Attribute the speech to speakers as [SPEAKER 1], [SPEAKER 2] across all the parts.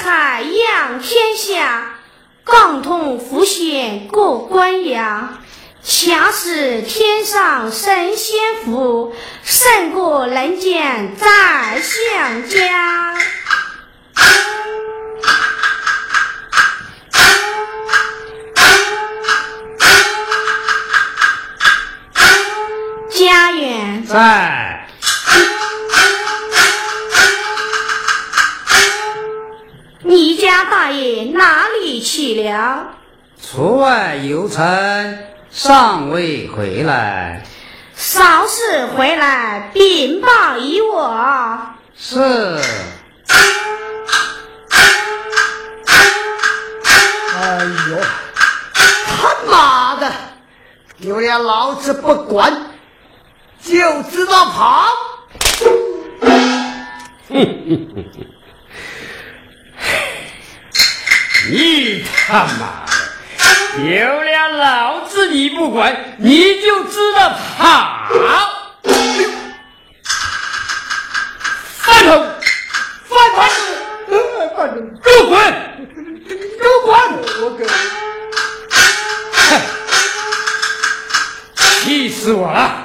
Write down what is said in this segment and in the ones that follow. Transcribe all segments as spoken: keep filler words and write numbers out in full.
[SPEAKER 1] 才扬天下，共同复现过官衙，恰是天上神仙福，胜过人间再相加。家园
[SPEAKER 2] 在。
[SPEAKER 1] 你家大爷哪里去了？
[SPEAKER 2] 出外游程，尚未回来。
[SPEAKER 1] 稍事回来禀报于我。
[SPEAKER 2] 是。
[SPEAKER 3] 哎呦，他妈的，有了老子不管，就知道跑。
[SPEAKER 2] 哼哼哼哼。你他妈的，有了老子你不管，你就知道跑！饭桶，
[SPEAKER 3] 饭桶，饭桶，
[SPEAKER 2] 给我滚！
[SPEAKER 3] 给我滚！我滚！
[SPEAKER 2] 气死我了！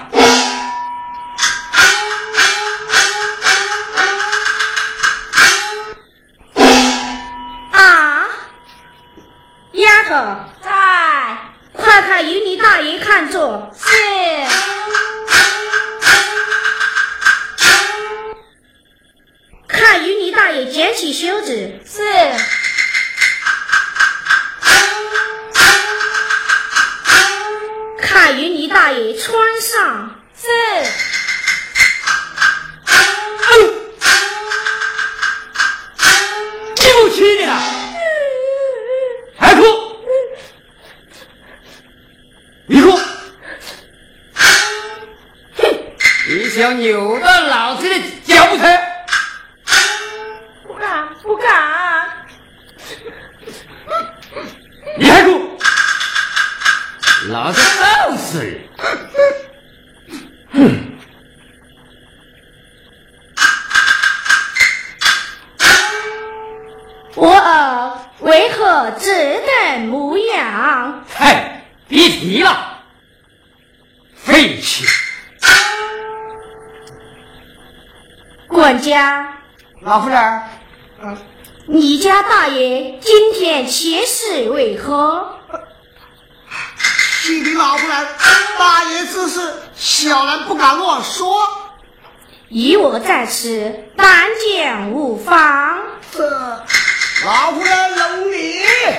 [SPEAKER 1] 丫头在，快快与你大爷看着。
[SPEAKER 4] 是。
[SPEAKER 1] 看与你大爷捡起袖子。
[SPEAKER 4] 是。
[SPEAKER 1] 看与你大爷穿上。
[SPEAKER 4] 是。
[SPEAKER 2] 对不起你了。还哭？你哭？哼！你想扭到老子的脚不成？
[SPEAKER 4] 不敢，不敢。
[SPEAKER 2] 你还哭？老子揍死你！哼！
[SPEAKER 1] 我儿为何这等模样？
[SPEAKER 2] 嗨，别提了，废气！
[SPEAKER 1] 管家，
[SPEAKER 3] 老夫人，嗯，
[SPEAKER 1] 你家大爷今天切事为何？
[SPEAKER 3] 启禀老夫人，大爷之事，小人不敢乱说。
[SPEAKER 1] 以我在此，但见无妨。
[SPEAKER 3] 这老夫人容你。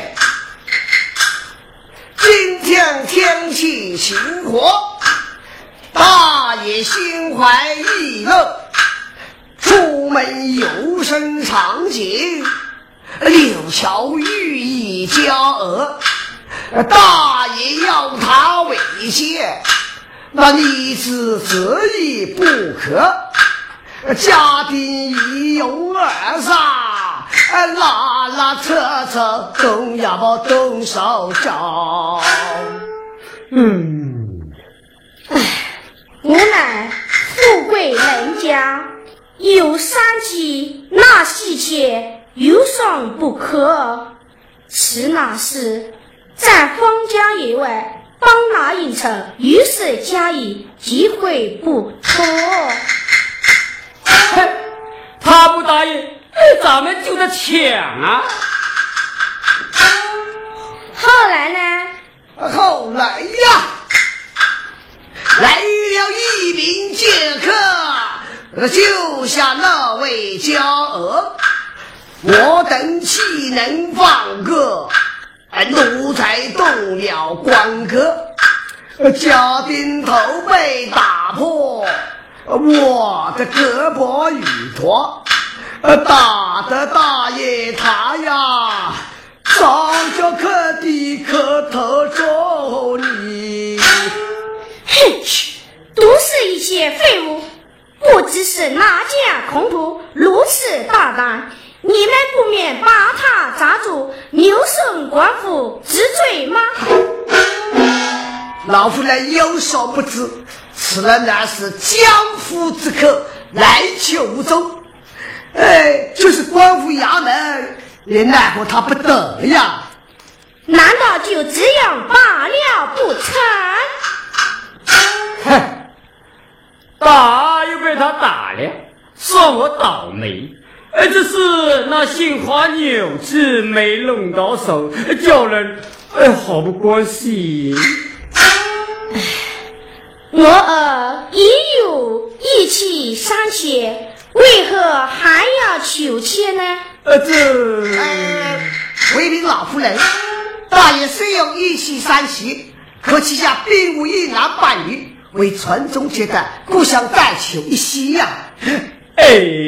[SPEAKER 3] 今天天气晴和，大爷心怀意乐，出门游身长景，柳桥寓意佳额。大爷要他为妾，那女子择亦不可。家丁一拥而上，拉拉扯扯，动呀不动手脚。
[SPEAKER 2] 嗯，
[SPEAKER 1] 唉，无奈富贵人家有三妻，纳妻妾有双不可。此那时在封疆以外帮拿应承，于是加以机会不妥。
[SPEAKER 2] 他不答应，咱们就得抢啊！
[SPEAKER 1] 后来呢？
[SPEAKER 3] 后来呀，来了一名剑客，救下那位娇娥。我等岂能放过？奴才动了关格，家丁头被打破，我的胳膊与驼，打得大爷他呀早就磕地磕头着你。
[SPEAKER 1] 哼，都是一些废物，不知是哪家空徒如此大胆，你们不免把他砸住，扭送官府治罪吗？
[SPEAKER 3] 老夫人有所不知，此人乃是江夫之客，来求无踪。哎，就是官府衙门也奈何他不得呀。
[SPEAKER 1] 难道就这样罢了不成？
[SPEAKER 2] 哼，打又被他打了，算我倒霉。哎，这是那杏花扭子没弄到手，叫人哎好不关心。
[SPEAKER 1] 我儿已有义气尚且，为何还要求妾呢？
[SPEAKER 2] 呃，这
[SPEAKER 3] 呃，回禀老夫人，大爷虽有义气三袭，可其下并无一男半女，为传宗接代，故想再求一夕呀、啊。
[SPEAKER 2] 哎，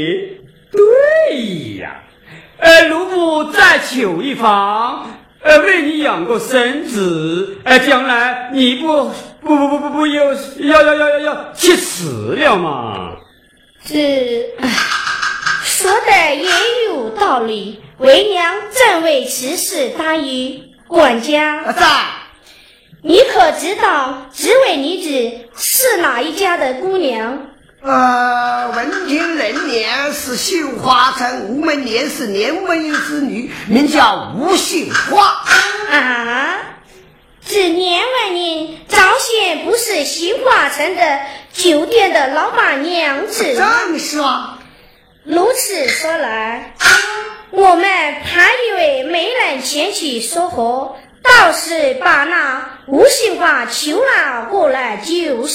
[SPEAKER 2] 对呀，呃，如不再求一房，呃，为你养个孙子，呃，将来你不不不不不不要要要要要要去死了吗？
[SPEAKER 1] 这说的也有道理，为娘正为此事担忧。管家，
[SPEAKER 3] 在，
[SPEAKER 1] 你可知道这位女子是哪一家的姑娘？
[SPEAKER 3] 呃，文经人年是绣花城吴门年是年文英之女，名叫吴杏花。
[SPEAKER 1] 啊，这年文英早先不是新华城的酒店的老板娘子？
[SPEAKER 3] 正是啊。
[SPEAKER 1] 如此说来，我们派一位媒人前去说和，倒是把那吴杏花求了过来就是。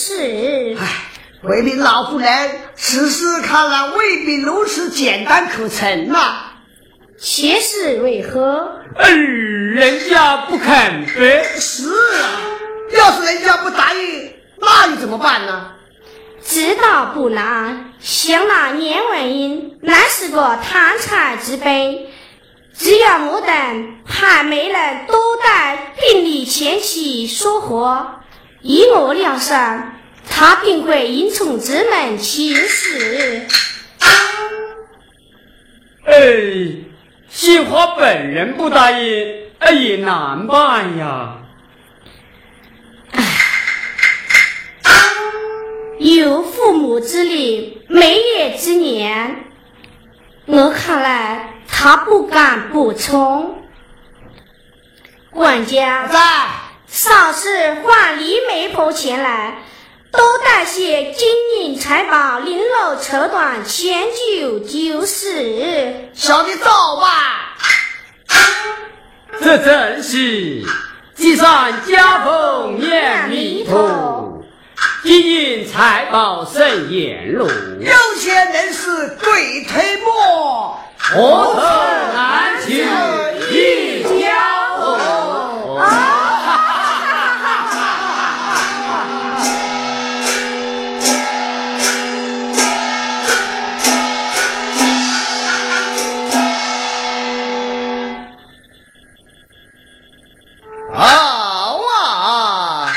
[SPEAKER 3] 唉，回禀老夫人，此事看来未必如此简单可成呐、啊。
[SPEAKER 1] 其事为何？
[SPEAKER 2] 嗯，人家不肯呗。
[SPEAKER 3] 是啊，要是人家不答应，那你怎么办呢？
[SPEAKER 1] 知道不难，想那年文英乃是个贪财之辈，只要我等派媒人多带并力前去说和，依我料算，他定会应从之门行事。
[SPEAKER 2] 哎，杏花本人不答应，哎也难办呀。
[SPEAKER 1] 有父母之力，没业之年，我看来他不敢不从。管家，
[SPEAKER 3] 在，
[SPEAKER 1] 少时唤李媒婆前来，多带些金银财宝、绫罗绸缎前就就是。
[SPEAKER 3] 小弟走吧。
[SPEAKER 2] 这正是积善家风念弥途，金银财宝盛筵路，
[SPEAKER 3] 有钱人士对推磨，
[SPEAKER 2] 何曾难求一交哦。
[SPEAKER 3] 好啊！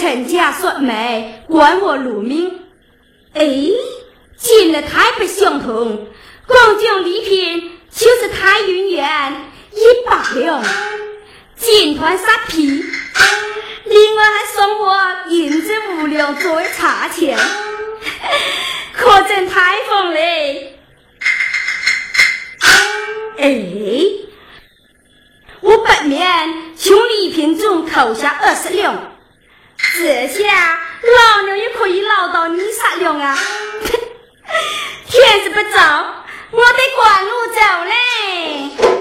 [SPEAKER 1] 陈家xuất美，管我乳名。哎，进了太不相同，光讲礼品就是太云元一百两，金团沙皮，另外还送我银子五两作为茶钱，可真太疯嘞！哎，我本面从礼品中扣下二十两，这下老娘也可以捞到二十两啊！天是不早，我得赶路走嘞。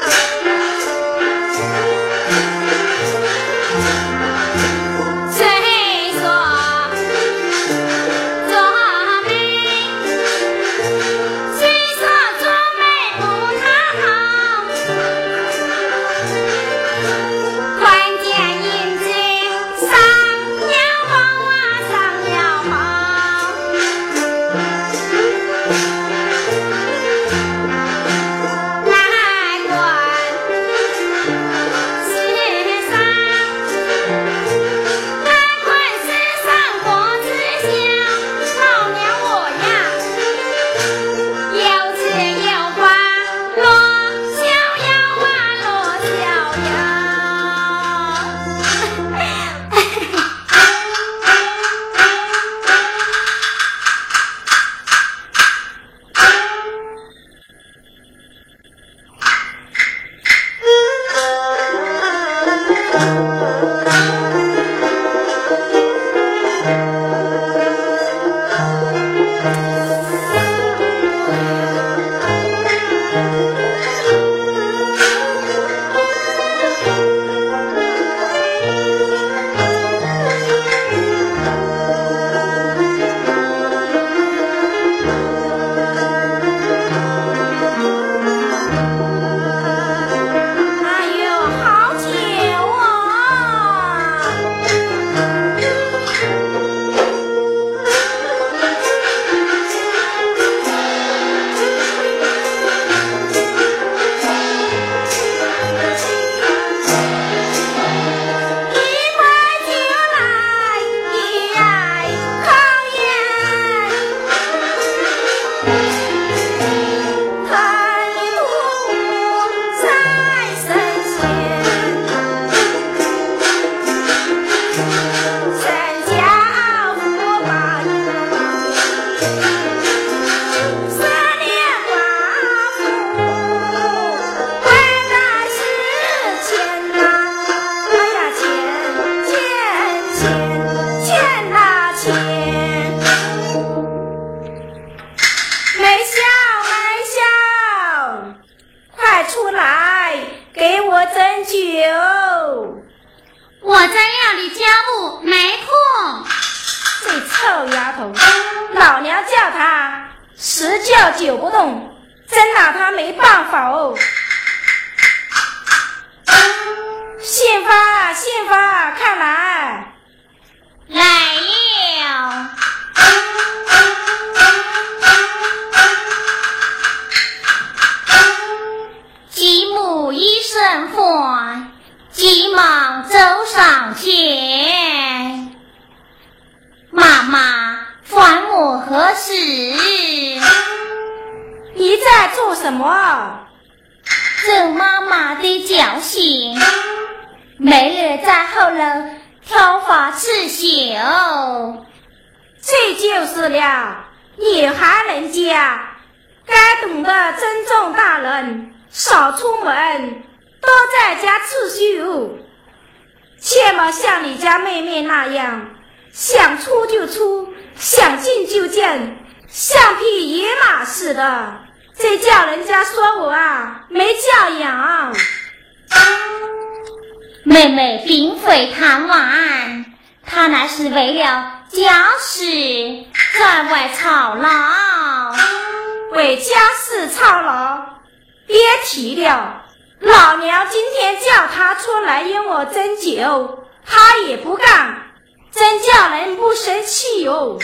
[SPEAKER 5] 妹妹并非贪玩，她乃是为了家事在外操劳。
[SPEAKER 1] 为家事操劳，别提了。老娘今天叫她出来因我斟酒，她也不干，真叫人不生气哟。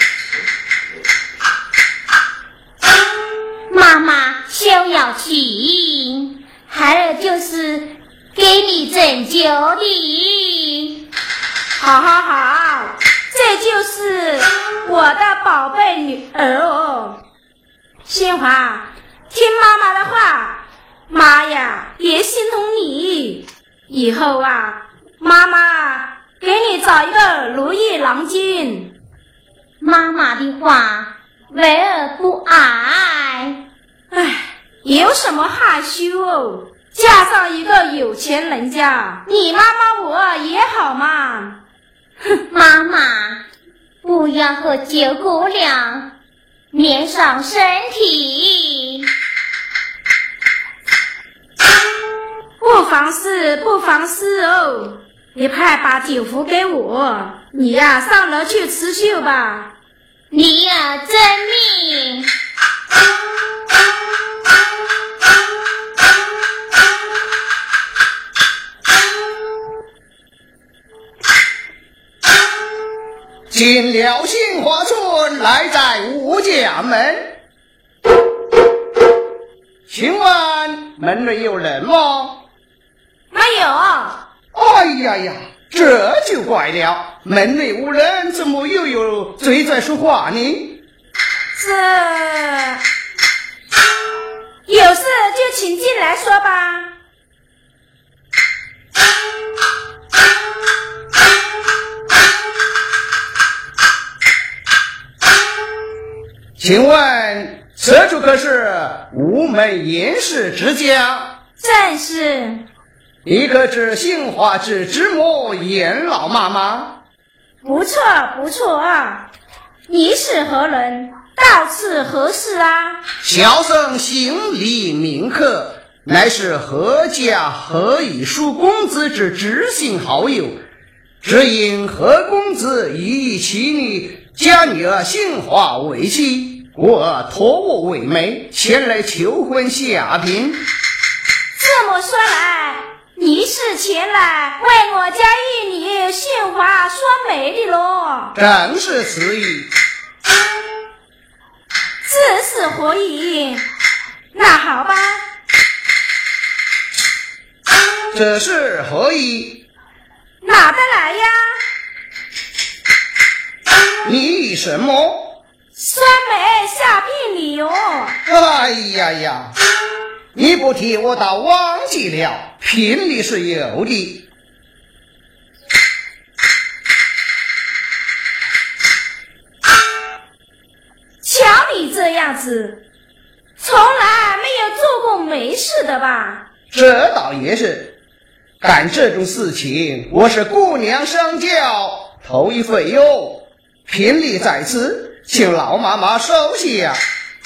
[SPEAKER 5] 妈妈休要气，孩儿就是给你斟酒的。
[SPEAKER 1] 好好好，这就是我的宝贝女儿哦。新华，听妈妈的话，妈呀也心疼你。以后啊，妈妈给你找一个如意郎君。
[SPEAKER 5] 妈妈的话为而不爱。
[SPEAKER 1] 唉，有什么害羞哦？嫁上一个有钱人家，你妈妈我也好嘛。
[SPEAKER 5] 哼，妈妈，不要和九姑娘粘上身体。
[SPEAKER 1] 不妨事，不妨事哦。你快把酒壶给我，你呀、啊、上楼去刺绣吧。
[SPEAKER 5] 你呀、啊、真命。
[SPEAKER 3] 进了杏花村，来在吴家门。请问门内有人吗？
[SPEAKER 1] 没有。
[SPEAKER 3] 哎呀呀，这就怪了，门内无人，怎么又有嘴在说话呢？
[SPEAKER 1] 这有事就请进来说吧。
[SPEAKER 3] 请问这处可是吴门严氏之家？
[SPEAKER 1] 正是。
[SPEAKER 3] 你可知杏花之之母严老妈妈？
[SPEAKER 1] 不错不错啊，你是何人？到此何事啊？
[SPEAKER 3] 小僧姓李名客，乃是何家何以叔公子之知心好友，只因何公子以其女家女儿杏花为妻，故而托我为媒，前来求婚下聘。
[SPEAKER 1] 这么说来，你是前来为我家玉女杏花说媒的咯？
[SPEAKER 3] 正是此意。
[SPEAKER 1] 这是何意？那好吧。
[SPEAKER 3] 这是何意？
[SPEAKER 1] 哪得来呀？
[SPEAKER 3] 你什么？
[SPEAKER 1] 酸梅下聘礼哟。
[SPEAKER 3] 哎呀呀，你不提我倒忘记了，聘礼是有的。
[SPEAKER 1] 瞧你这样子，从来没有做过媒事的吧？
[SPEAKER 3] 这倒也是，干这种事情我是姑娘相教，头一回哟。聘礼在此，请老妈妈收下。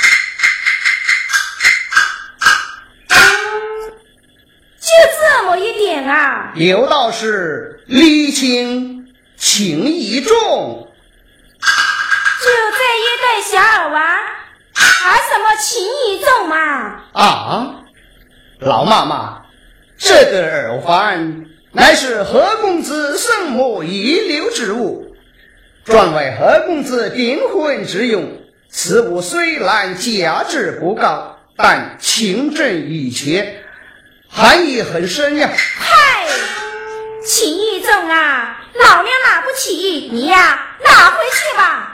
[SPEAKER 1] 就这么一点啊？
[SPEAKER 3] 有道是礼轻情意重，
[SPEAKER 1] 就这一对小耳娃，还什么情意重嘛？
[SPEAKER 3] 啊，老妈妈，这个耳环乃是何公子生母遗留之物，专为何公子订婚之用。此物虽然价值不高，但清真一切，含义很深呀。
[SPEAKER 1] 嗨，情意重啊，老娘拿不起，你呀拿回去吧。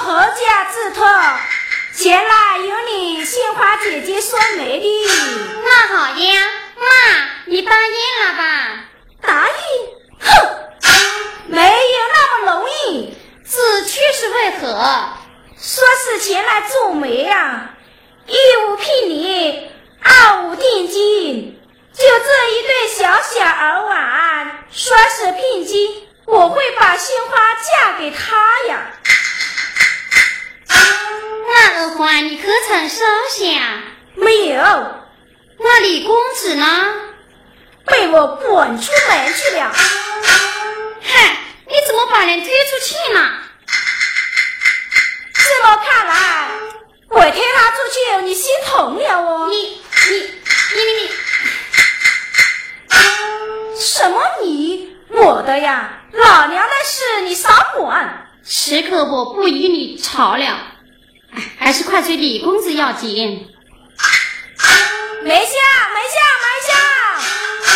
[SPEAKER 1] 何家之托，前来由你杏花姐姐说媒的。
[SPEAKER 5] 那好呀，妈，你答应了吧？
[SPEAKER 1] 答应？哼，没有那么容易。
[SPEAKER 5] 此去是为何？
[SPEAKER 1] 说是前来做媒呀，一无聘礼，二无定金，就这一对小小儿碗，说是聘金，我会把杏花嫁给他呀。
[SPEAKER 5] 那儿花你可曾收下？
[SPEAKER 1] 没有。
[SPEAKER 5] 那李公子呢？
[SPEAKER 1] 被我滚出门去了。
[SPEAKER 5] 哼，你怎么把人推出去呢？
[SPEAKER 1] 这么看来，我推他出去，你心疼了哦。
[SPEAKER 5] 你你你你你，
[SPEAKER 1] 什么你？我的呀，老娘的事你少管。
[SPEAKER 5] 时刻我不与你吵了，还是快追李公子要紧。
[SPEAKER 1] 没下没下没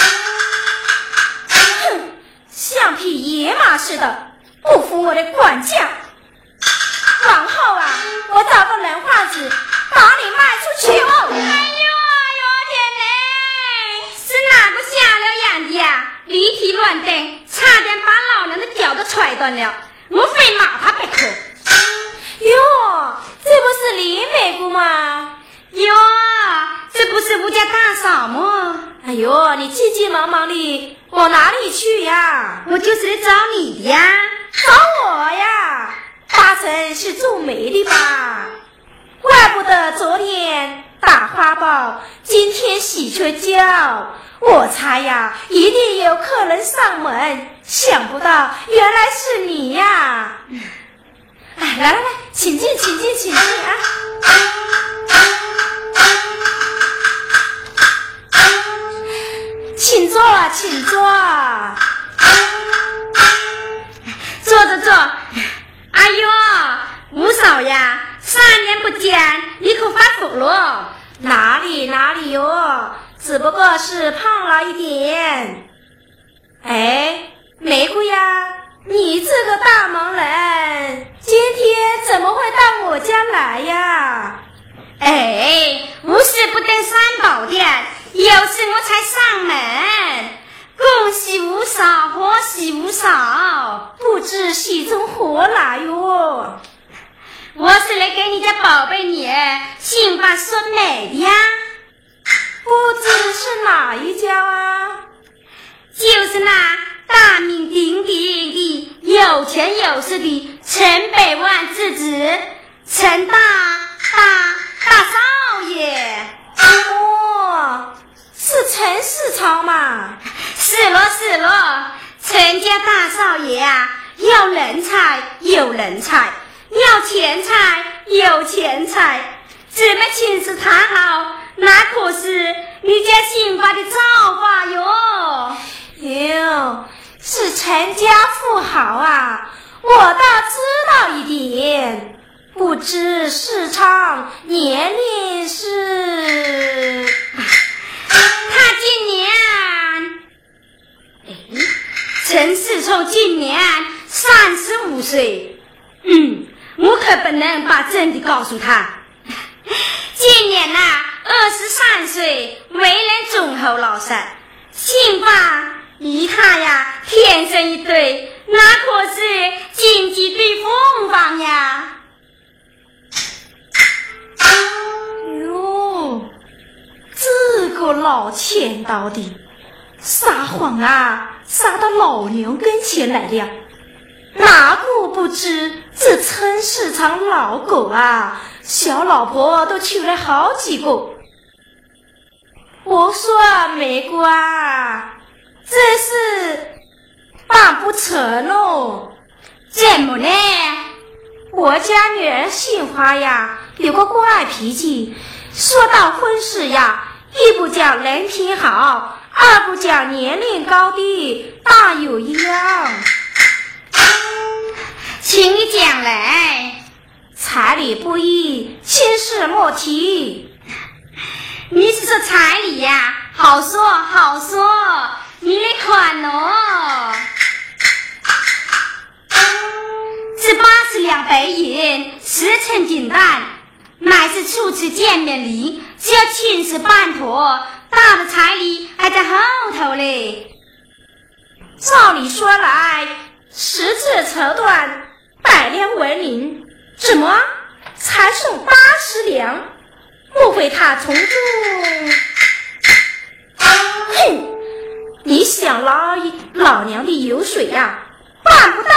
[SPEAKER 1] 下！哼，像匹野马似的，不服我的管教。往后啊，我找个人贩子把你卖出去哦。
[SPEAKER 5] 哎呦哎呦，天哪！是哪个瞎了眼的呀？离题乱蹬，差点把老娘的脚都踹断了，我非骂他不可。
[SPEAKER 1] 哟，这不是林美姑吗？
[SPEAKER 5] 哟，这不是吴家大嫂吗？
[SPEAKER 1] 哎呦，你急急忙忙的往哪里去呀？
[SPEAKER 5] 我就是来找你的呀。
[SPEAKER 1] 找我呀？八成是做媒的吧？怪不得昨天打花包，今天喜鹊叫。我猜呀，一定有客人上门，想不到原来是你呀！哎，来来来，请进，请进，请进啊！请坐，请坐，
[SPEAKER 5] 坐着坐。哎呦，吴嫂呀，三年不见，你可发福了。
[SPEAKER 1] 哪里哪里哟，只不过是胖了一点。哎，玫瑰呀，你这个大忙人，今天怎么会到我家来呀？
[SPEAKER 5] 哎，无事不登三宝殿，有事我才上门。恭喜吴嫂，贺喜吴嫂，
[SPEAKER 1] 不知喜从何来哟？
[SPEAKER 5] 我是来给你家宝贝女儿杏花说媒的呀。
[SPEAKER 1] 不知是哪一家啊？
[SPEAKER 5] 就是那大名鼎鼎的有钱有势的陈百万之子陈大大大少爷。
[SPEAKER 1] 哦，是陈世超嘛？
[SPEAKER 5] 是了是了，陈家大少爷啊，要人才有人才，要钱财有钱财，姊妹亲自谈好，那可是你家杏花的造化哟。
[SPEAKER 1] 哟，是陈家富豪啊，我倒知道一点，不知世昌年龄是……
[SPEAKER 5] 他今年，哎，陈世聪今年三十五岁。嗯，我可不能把真的告诉他。今年呐、啊，二十三岁，为人忠厚老实，杏花一看呀，天生一对，那可是金鸡对凤凰呀。
[SPEAKER 1] 哟，这个老千刀的撒谎啊，撒到老娘跟前来了。哪个不知这陈世昌老狗啊，小老婆都娶了好几个。我说玫瑰啊，这事办不成哦。
[SPEAKER 5] 怎么呢？
[SPEAKER 1] 我家女儿杏花呀，有个怪脾气，说到婚事呀，一不讲人品好，二不讲年龄高低，大有一样。
[SPEAKER 5] 请你讲来。
[SPEAKER 1] 彩礼不一，亲事莫提。
[SPEAKER 5] 你是说彩礼呀？好说好说，你来款哦。这八十两相背影，实诚锦胆，乃是初次见面礼，只要亲事办妥，大的彩礼还在后头嘞。
[SPEAKER 1] 照理说来，十字绸缎，百两纹银，怎么才送八十两？莫非他从中？哼！你想老老娘的油水呀、啊，办不到。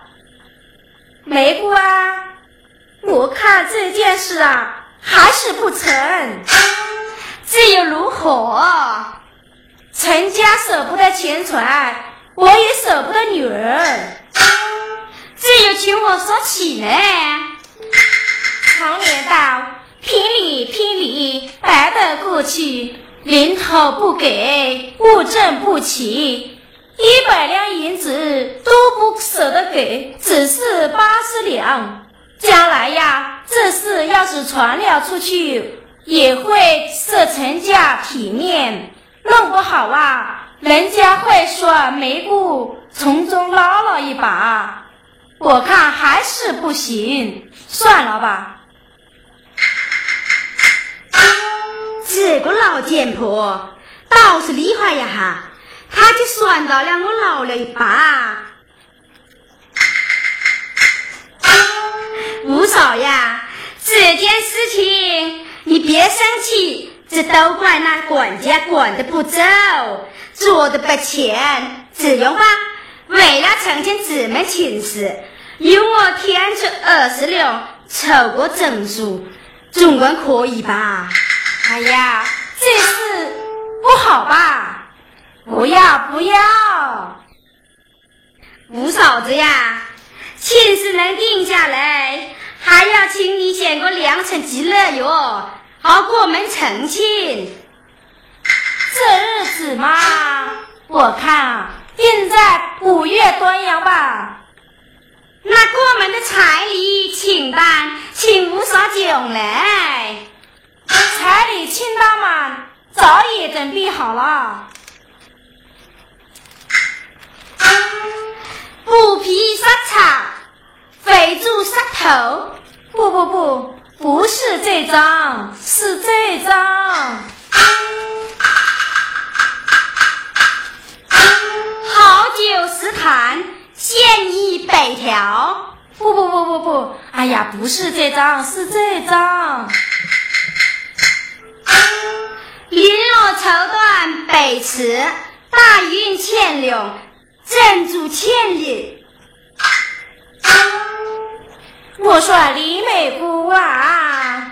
[SPEAKER 1] 梅姑啊，我看这件事啊，还是不成。
[SPEAKER 5] 这又如何？
[SPEAKER 1] 陈家舍不得钱财，我也舍不得女儿。
[SPEAKER 5] 这又请我说起呢？
[SPEAKER 1] 常言道，评理评理，白得过去，零头不给，物证不齐，一百两银子都不舍得给，只是八十两。将来呀，这事要是传了出去，也会设陈家体面，弄不好啊，人家会说梅姑从中捞了一把。我看还是不行，算了吧。
[SPEAKER 5] 这个老贱婆倒是厉害呀哈，她就算到了我捞了一把。吴嫂呀，这件事情你别生气，这都怪那管家管得不周，做得不全。只用吧，为了成全姊妹亲事，由我添出二十两，凑个整数，总管可以吧？
[SPEAKER 1] 哎呀，这事不好吧？不要不要！
[SPEAKER 5] 吴嫂子呀，亲事能定下来，还要请你选个良辰吉日哟，好过门成亲。
[SPEAKER 1] 这日子嘛，我看啊，定在五月端阳吧。
[SPEAKER 5] 那过门的彩礼清单，请吴嫂囧来。
[SPEAKER 1] 彩礼清单嘛，早已准备好了。
[SPEAKER 5] 布匹纱草，肥猪纱头。
[SPEAKER 1] 不不不，不是这张，是这张。
[SPEAKER 5] 好酒食坛，现衣北条。
[SPEAKER 1] 不不不不不，哎呀，不是这张，是这张。
[SPEAKER 5] 绫罗绸缎北池，大运千两，珍珠千里。
[SPEAKER 1] 我说李美姑啊，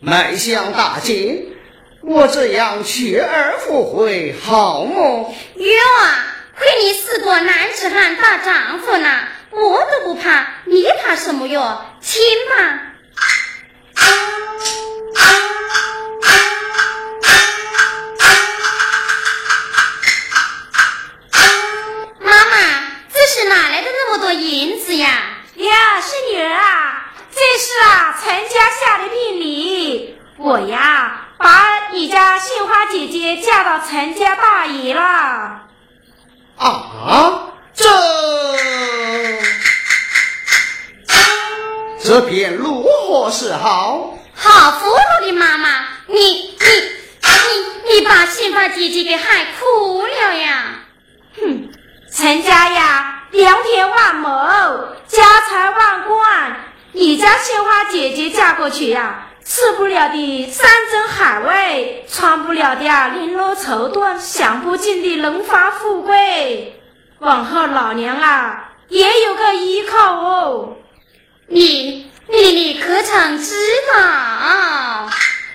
[SPEAKER 3] 迈向大街，我这样去而复回，好么？
[SPEAKER 5] 哟啊，亏你是个男子汉大丈夫呢，我都不怕，你怕什么哟？亲嘛！妈妈，这是哪来的那么多银子呀？
[SPEAKER 4] 呀，是女儿啊，这是啊陈家下的聘礼。我呀，把你家杏花姐姐嫁到陈家大姨了。
[SPEAKER 3] 啊，这这便如何是好？
[SPEAKER 5] 好福了的妈妈，你你你你把杏花姐姐给害哭了呀！
[SPEAKER 4] 哼，陈家呀，良田万亩，家财万贯，你家杏花姐姐嫁过去呀，吃不了的山珍海味，穿不了的绫罗绸缎，享不尽的荣华富贵，往后老娘啊也有个依靠哦。
[SPEAKER 5] 你你你可曾知道？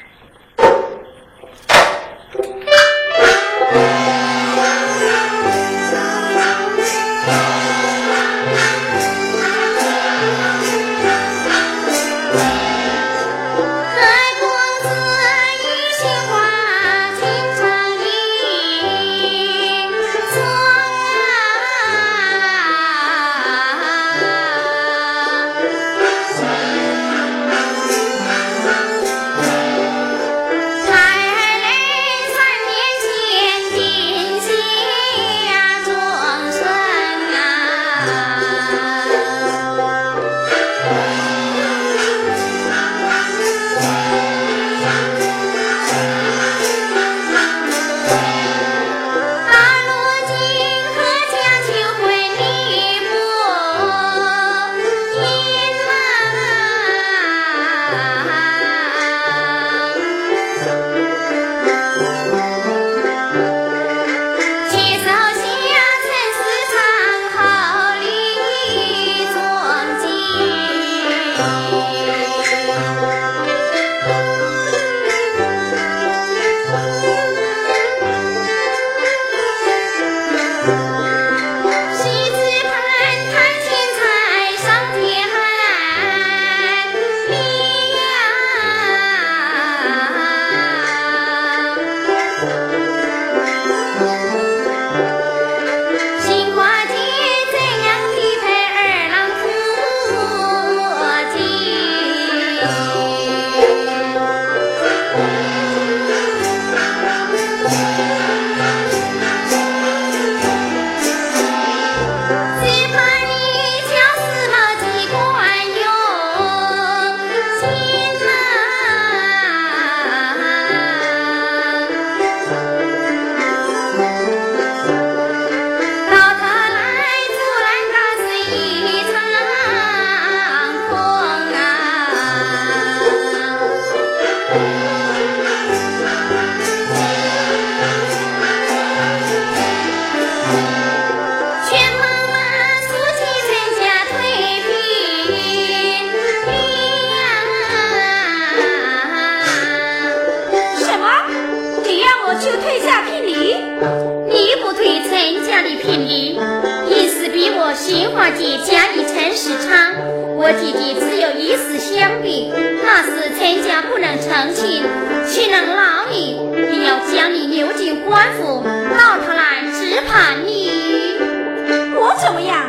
[SPEAKER 5] 杏花姐家里陈世昌，我姐姐只有一丝香病，那时陈家不能成亲，岂能劳你？你要将你留进官府，到头来只怕你
[SPEAKER 4] 我怎么样？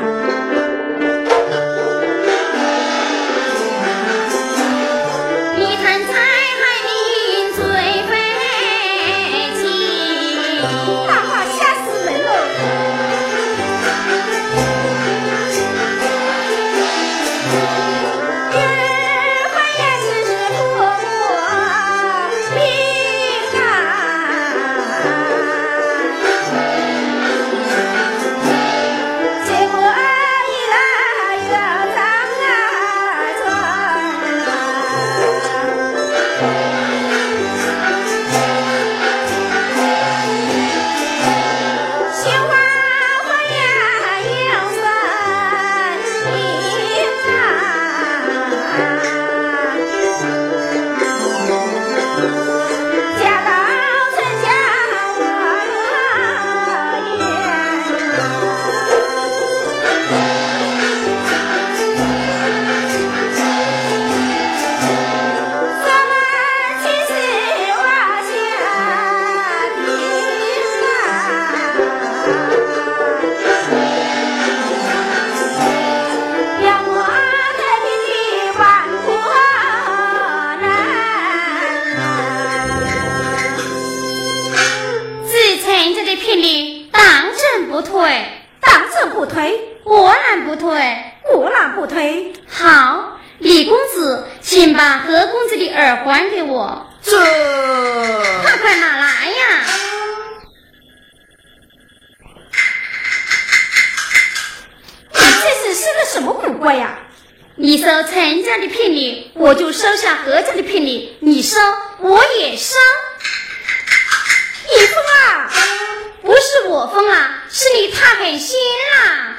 [SPEAKER 5] 你贪财害民罪非轻，
[SPEAKER 4] 大话吓死人了。
[SPEAKER 5] 还给我。
[SPEAKER 3] 这
[SPEAKER 5] 快快拿来呀！
[SPEAKER 4] 你这是生了什么古怪呀？
[SPEAKER 5] 你收陈家的聘礼，我就收下何家的聘礼，你收我也收。
[SPEAKER 4] 你疯啊！
[SPEAKER 5] 不是我疯啊，是你太狠心啦！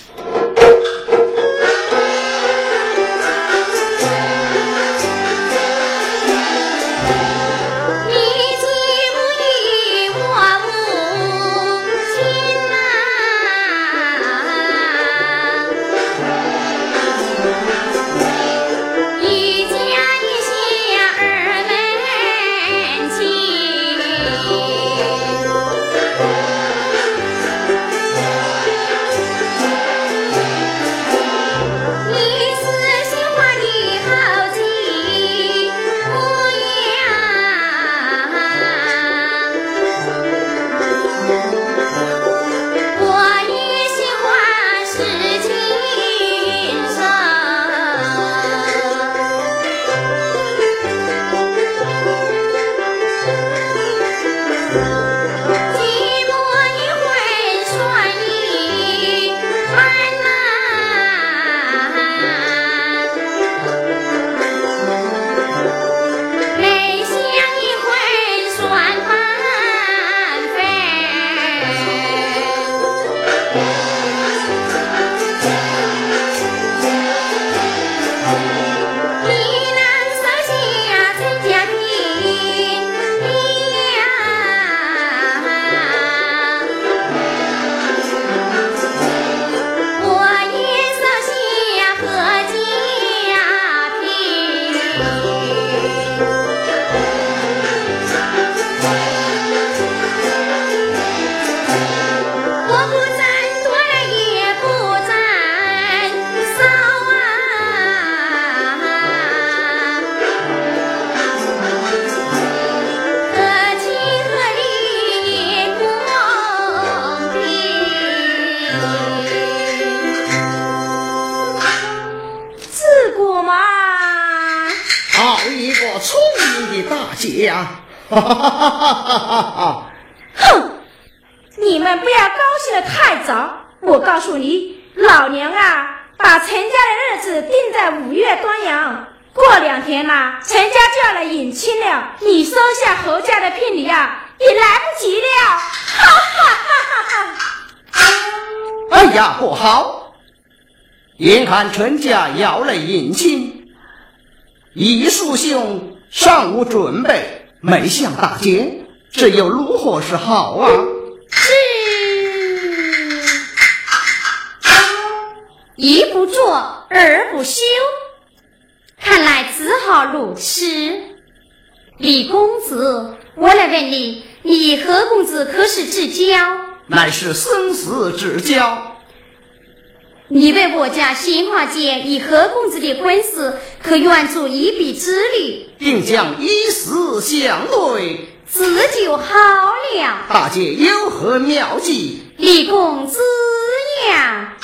[SPEAKER 3] 呀！哈哈哈哈哈哈！
[SPEAKER 4] 哼！你们不要高兴的太早。我告诉你，老娘啊，把陈家的日子定在五月端阳。过两天呐、啊，陈家就要来迎亲了。你收下侯家的聘礼啊，也来不及了。哈哈哈哈哈！
[SPEAKER 3] 哎呀，不好！眼看陈家要来迎亲，一叔兄尚无准备，没向大街，这又如何是好啊？
[SPEAKER 5] 是一不做二不休，看来只好如此。李公子，我来问你，你何公子可是至交？
[SPEAKER 3] 乃是生死之交。
[SPEAKER 5] 你为我家新华街与何公子的婚事，可愿助一臂之力，
[SPEAKER 3] 并将以死相对，
[SPEAKER 5] 此就好了。
[SPEAKER 3] 大姐有何妙计？
[SPEAKER 5] 李公子呀！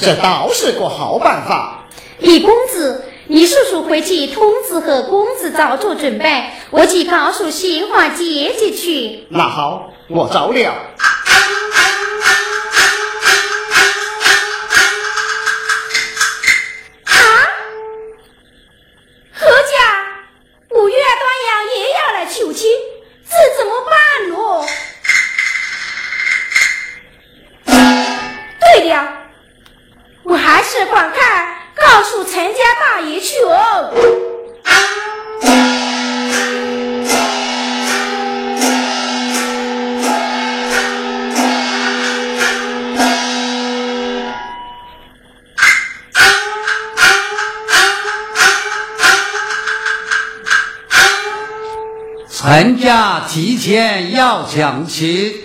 [SPEAKER 3] 这倒是个好办法。
[SPEAKER 4] 李公子，你叔叔回去通知和公子早做准备，我去告诉杏花姐姐去。
[SPEAKER 3] 那好，我走了。
[SPEAKER 4] 啊，何家五月端阳也要来求亲，这怎么办咯？对了，我还是赶快告诉陈家大爷去哦。
[SPEAKER 2] 陈家提前要相亲，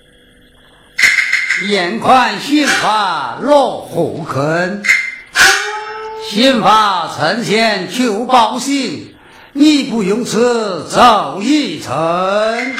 [SPEAKER 2] 眼看杏花落虎坑，杏花趁先求报信，你不用此走一程。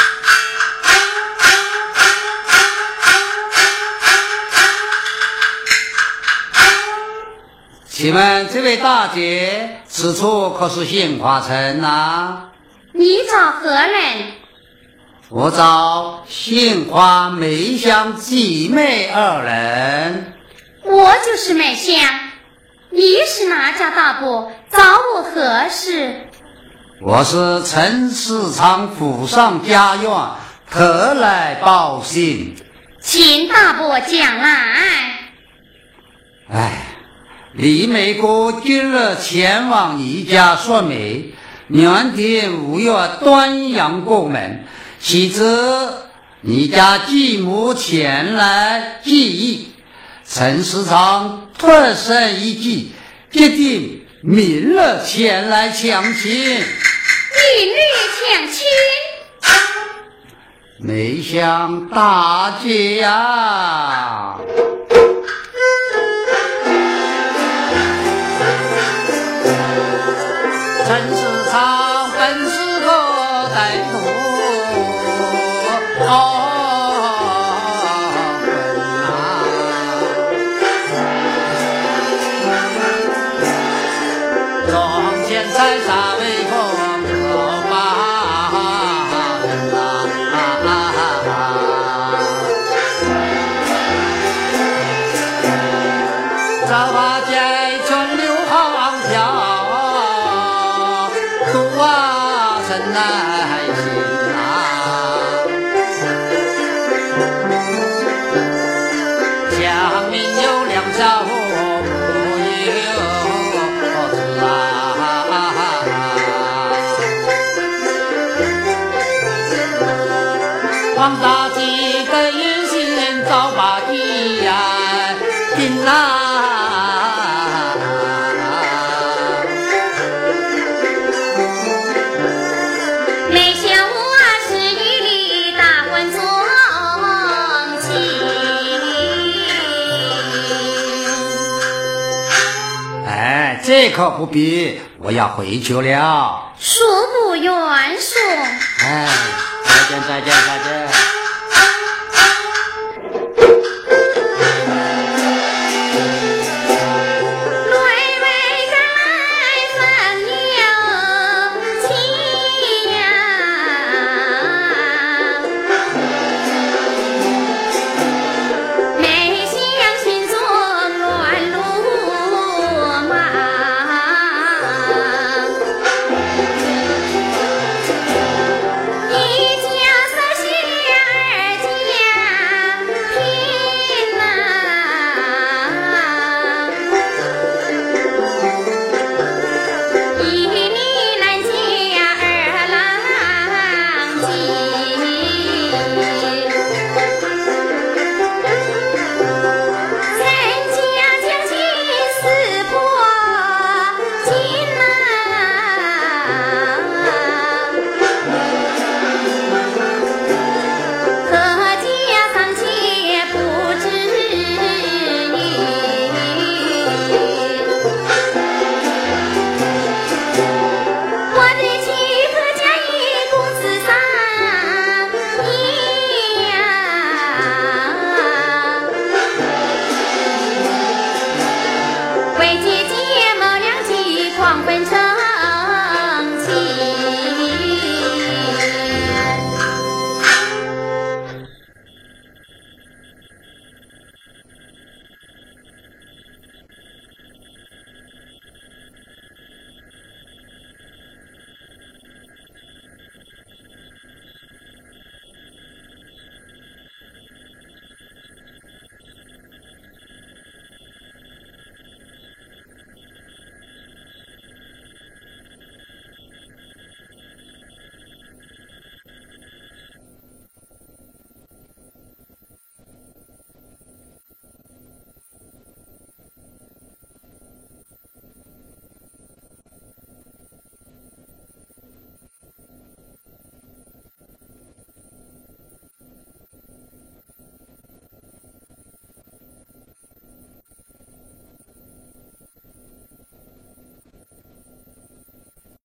[SPEAKER 2] 请问这位大姐，此处可是杏花城啊？
[SPEAKER 4] 你找何人？
[SPEAKER 2] 我找杏花梅香姐妹二人。
[SPEAKER 4] 我就是梅香。你是哪家大伯？找我何事？
[SPEAKER 2] 我是陈世昌府上家院，特来报信。
[SPEAKER 4] 请大伯讲来。
[SPEAKER 2] 哎，李美姑今日前往你家说媒，明天五月端阳过门，喜知你家继母前来记忆。陈市长特审一计，决定明日前来抢亲。
[SPEAKER 4] 明日抢亲？
[SPEAKER 2] 梅香大姐呀、啊！陈市长本是个歹徒，哦。在啥威风可把早把街全流航飘，渡啊神来心啊，乡民有两小不有子啊。王大吉的言行早把一呀定啦。
[SPEAKER 4] 没想我是与你大婚从亲。
[SPEAKER 2] 哎，这可不必，我要回去了。
[SPEAKER 4] 恕不远送。
[SPEAKER 2] 哎，再见再见再见。